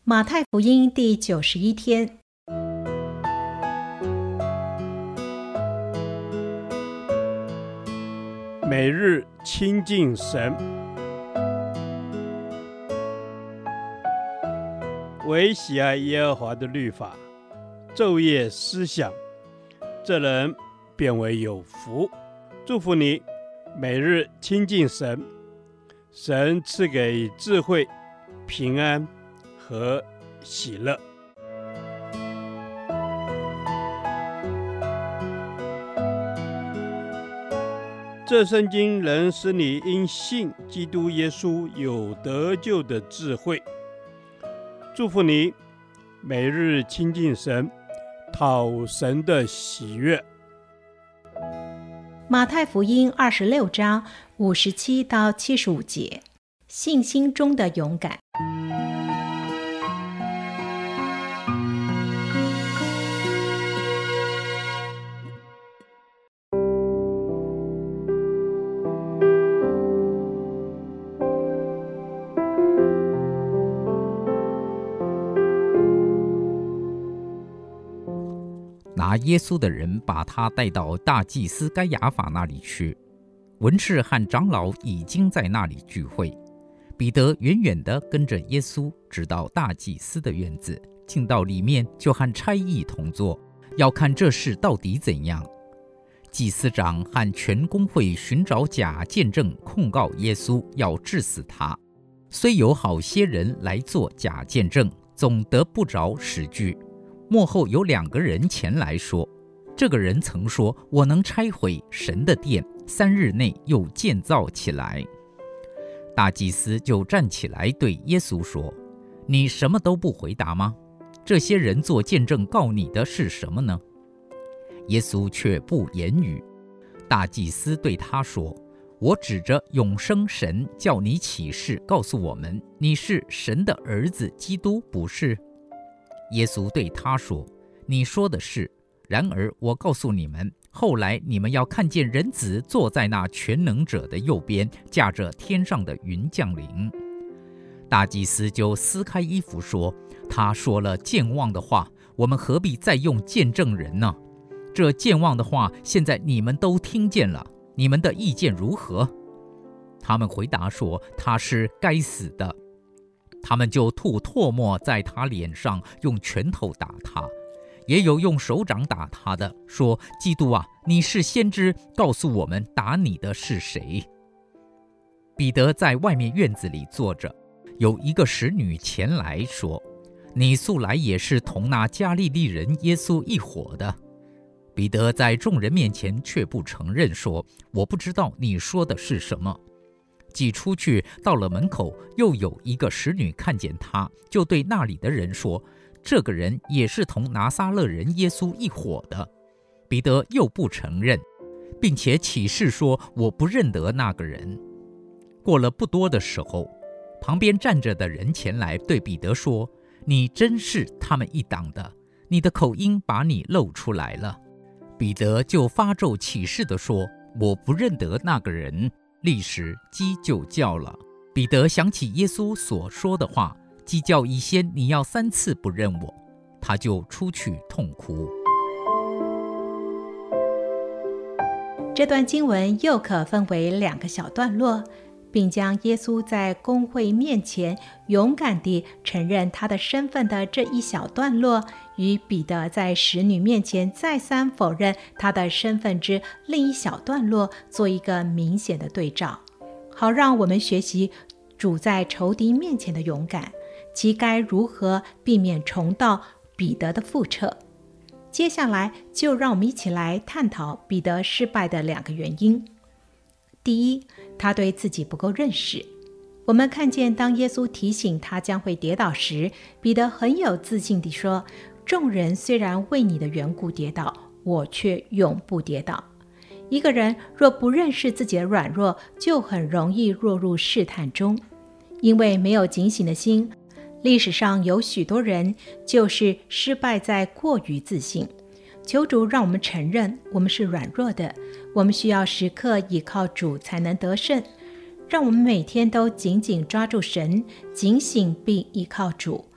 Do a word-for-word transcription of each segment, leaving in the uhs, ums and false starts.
马太福音第九十一天， 每日亲近神，唯喜爱耶和华的律法，昼夜思想，这人便为有福。祝福你，每日亲近神，神赐给智慧、平安和喜乐。这圣经能使你因信基督耶稣有得救的智慧。祝福你，每日亲近神，讨神的喜悦。 马太福音二十六章五十七到七十五节，信心中的勇敢。 拿耶稣的人把他带到大祭司该亚法那里去，文士和长老已经在那里聚会。彼得远远地跟着耶稣，直到大祭司的院子，进到里面，就和差役同坐，要看这事到底怎样。祭司长和全公会寻找假见证控告耶稣，要治死他。虽有好些人来做假见证，总得不着实据。末后有两个人前来说，这个人曾说，我能拆毁神的殿，三日内又建造起来。大祭司就站起来对耶稣说，你什么都不回答吗？这些人做见证告你的是什么呢？耶稣却不言语。大祭司对他说，我指着永生神叫你起誓告诉我们，你是神的儿子基督，不是？耶稣对他说，你说的是，然而我告诉你们，后来你们要看见人子坐在那全能者的右边，驾着天上的云降临。大祭司就撕开衣服说，他说了健忘的话，我们何必再用见证人呢？这健忘的话现在你们都听见了，你们的意见如何？他们回答说，他是该死的。他们就吐唾沫在他脸上，用拳头打他，也有用手掌打他的，说，基督啊，你是先知，告诉我们打你的是谁？彼得在外面院子里坐着，有一个使女前来说，你素来也是同那加利利人耶稣一伙的。彼得在众人面前却不承认，说，我不知道你说的是什么。既出去到了门口，又有一个使女看见他，就对那里的人说，这个人也是同拿撒勒人耶稣一伙的。彼得又不承认，并且起誓说，我不认得那个人。过了不多的时候，旁边站着的人前来对彼得说，你真是他们一党的，你的口音把你露出来了。彼得就发咒起誓地说，我不认得那个人。立时鸡就叫了。彼得想起耶稣所说的话，鸡叫以先你要三次不认我，他就出去痛哭。 这段经文又可分为两个小段落，并将耶稣在公会面前勇敢地承认他的身份的这一小段落，与彼得在使女面前再三否认他的身份之另一小段落做一个明显的对照，好让我们学习主在仇敌面前的勇敢，其该如何避免重蹈彼得的覆辙。接下来就让我们一起来探讨彼得失败的两个原因。第一，他对自己不够认识。我们看见当耶稣提醒他将会跌倒时，彼得很有自信地说，众人虽然为你的缘故跌倒，我却永不跌倒。一个人若不认识自己的软弱，就很容易落入试探中，因为没有警醒的心。历史上有许多人就是失败在过于自信。求主让我们承认我们是软弱的，我们需要时刻倚靠主才能得胜。让我们每天都紧紧抓住神，警醒并依靠主，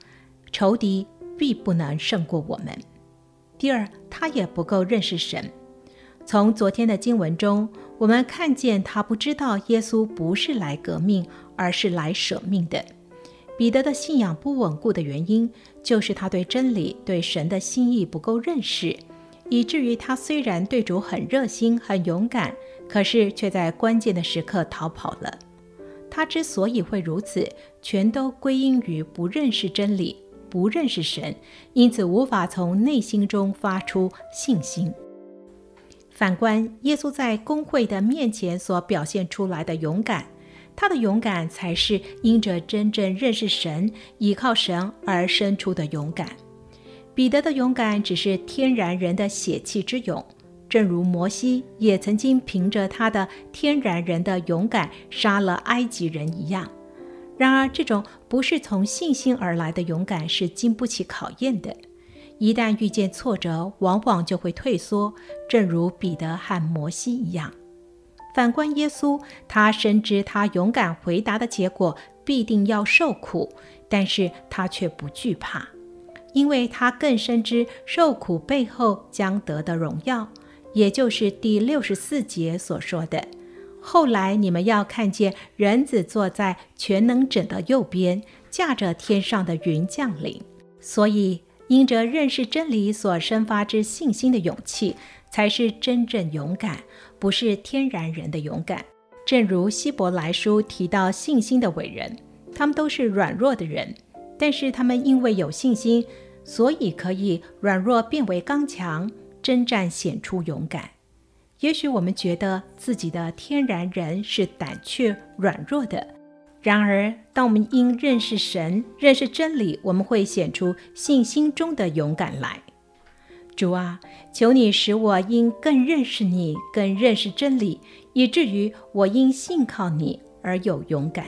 仇敌必不能胜过我们。第二，他也不够认识神。从昨天的经文中，我们看见他不知道耶稣不是来革命，而是来舍命的。彼得的信仰不稳固的原因，就是他对真理、对神的心意不够认识，以至于他虽然对主很热心、很勇敢，可是却在关键的时刻逃跑了。他之所以会如此，全都归因于不认识真理，不认识神，因此无法从内心中发出信心。反观耶稣在公会的面前所表现出来的勇敢，他的勇敢才是因着真正认识神、依靠神而生出的勇敢。彼得的勇敢只是天然人的血气之勇，正如摩西也曾经凭着他的天然人的勇敢杀了埃及人一样。然而，这种不是从信心而来的勇敢是经不起考验的。一旦遇见挫折，往往就会退缩，正如彼得和摩西一样。反观耶稣，他深知他勇敢回答的结果必定要受苦，但是他却不惧怕，因为他更深知受苦背后将得的荣耀，也就是第六十四节所说的：后来你们要看见人子坐在全能者的右边，驾着天上的云降临。所以因着认识真理所生发之信心的勇气，才是真正勇敢，不是天然人的勇敢。正如希伯来书提到信心的伟人，他们都是软弱的人，但是他们因为有信心，所以可以软弱变为刚强，征战显出勇敢。也许我们觉得自己的天然人是胆怯软弱的，然而当我们因认识神、认识真理，我们会显出信心中的勇敢来。主啊，求你使我因更认识你、更认识真理，以至于我因信靠你而有勇敢。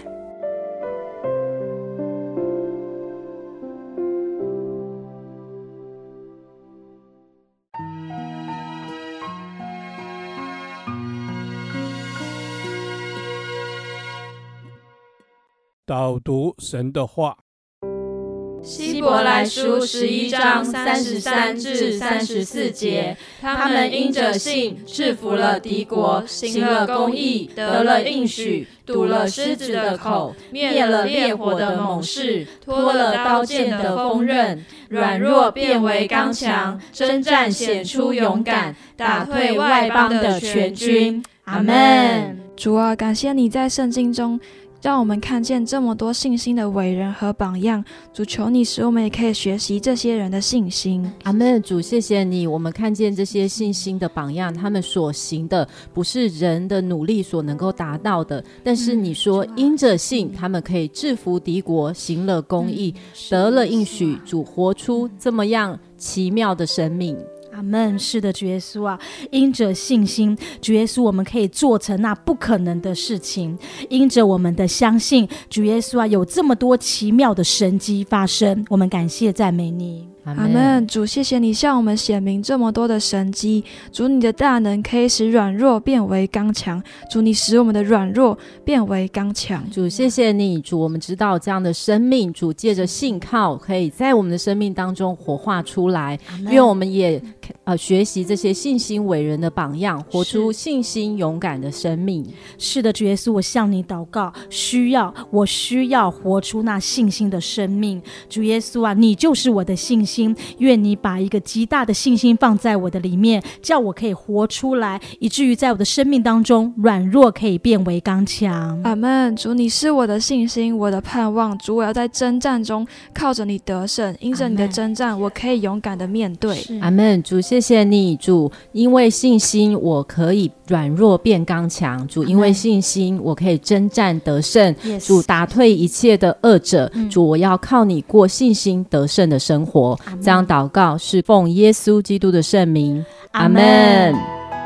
导读神的话。 希伯来书十一章三十三至三十四节，他们因着信制服了敌国，行了公义，得了应许，堵了狮子的口，灭了烈火的猛士，脱了刀剑的锋刃，软弱变为刚强，征战显出勇敢，打退外邦的全军。阿们。 主啊，感谢你在圣经中让我们看见这么多信心的伟人和榜样，主求你使我们也可以学习这些人的信心。 阿们。主谢谢你，我们看见这些信心的榜样，他们所行的不是人的努力所能够达到的，但是你说因着信他们可以制服敌国，行了公义，得了应许，主活出这么样奇妙的生命。 阿们。是的，主耶稣啊，因着信心，主耶稣我们可以做成那不可能的事情，因着我们的相信，主耶稣啊，有这么多奇妙的神迹发生，我们感谢赞美你。 阿们。主谢谢你向我们显明这么多的神迹，主你的大能可以使软弱变为刚强，主你使我们的软弱变为刚强。 主谢谢你，主我们知道这样的生命，主借着信靠可以在我们的生命当中活化出来，愿我们也呃学习这些信心伟人的榜样，活出信心勇敢的生命。 是的，主耶稣，我向你祷告，需要我需要活出那信心的生命。主耶稣啊，你就是我的信心，愿你把一个极大的信心放在我的里面，叫我可以活出来，以至于在我的生命当中，软弱可以变为刚强。 阿们。主你是我的信心，我的盼望，主我要在征战中靠着你得胜，因着你的征战我可以勇敢的面对。 阿们。主谢谢你，主因为信心我可以软弱变刚强，主因为信心我可以征战得胜，主打退一切的恶者，主我要靠你过信心得胜的生活。这样祷告是奉耶稣基督的圣名。阿们。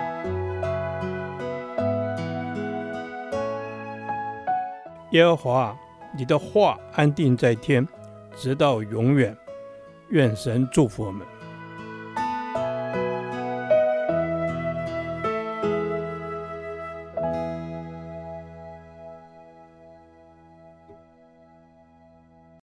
耶和华，你的话安定在天，直到永远。愿神祝福我们。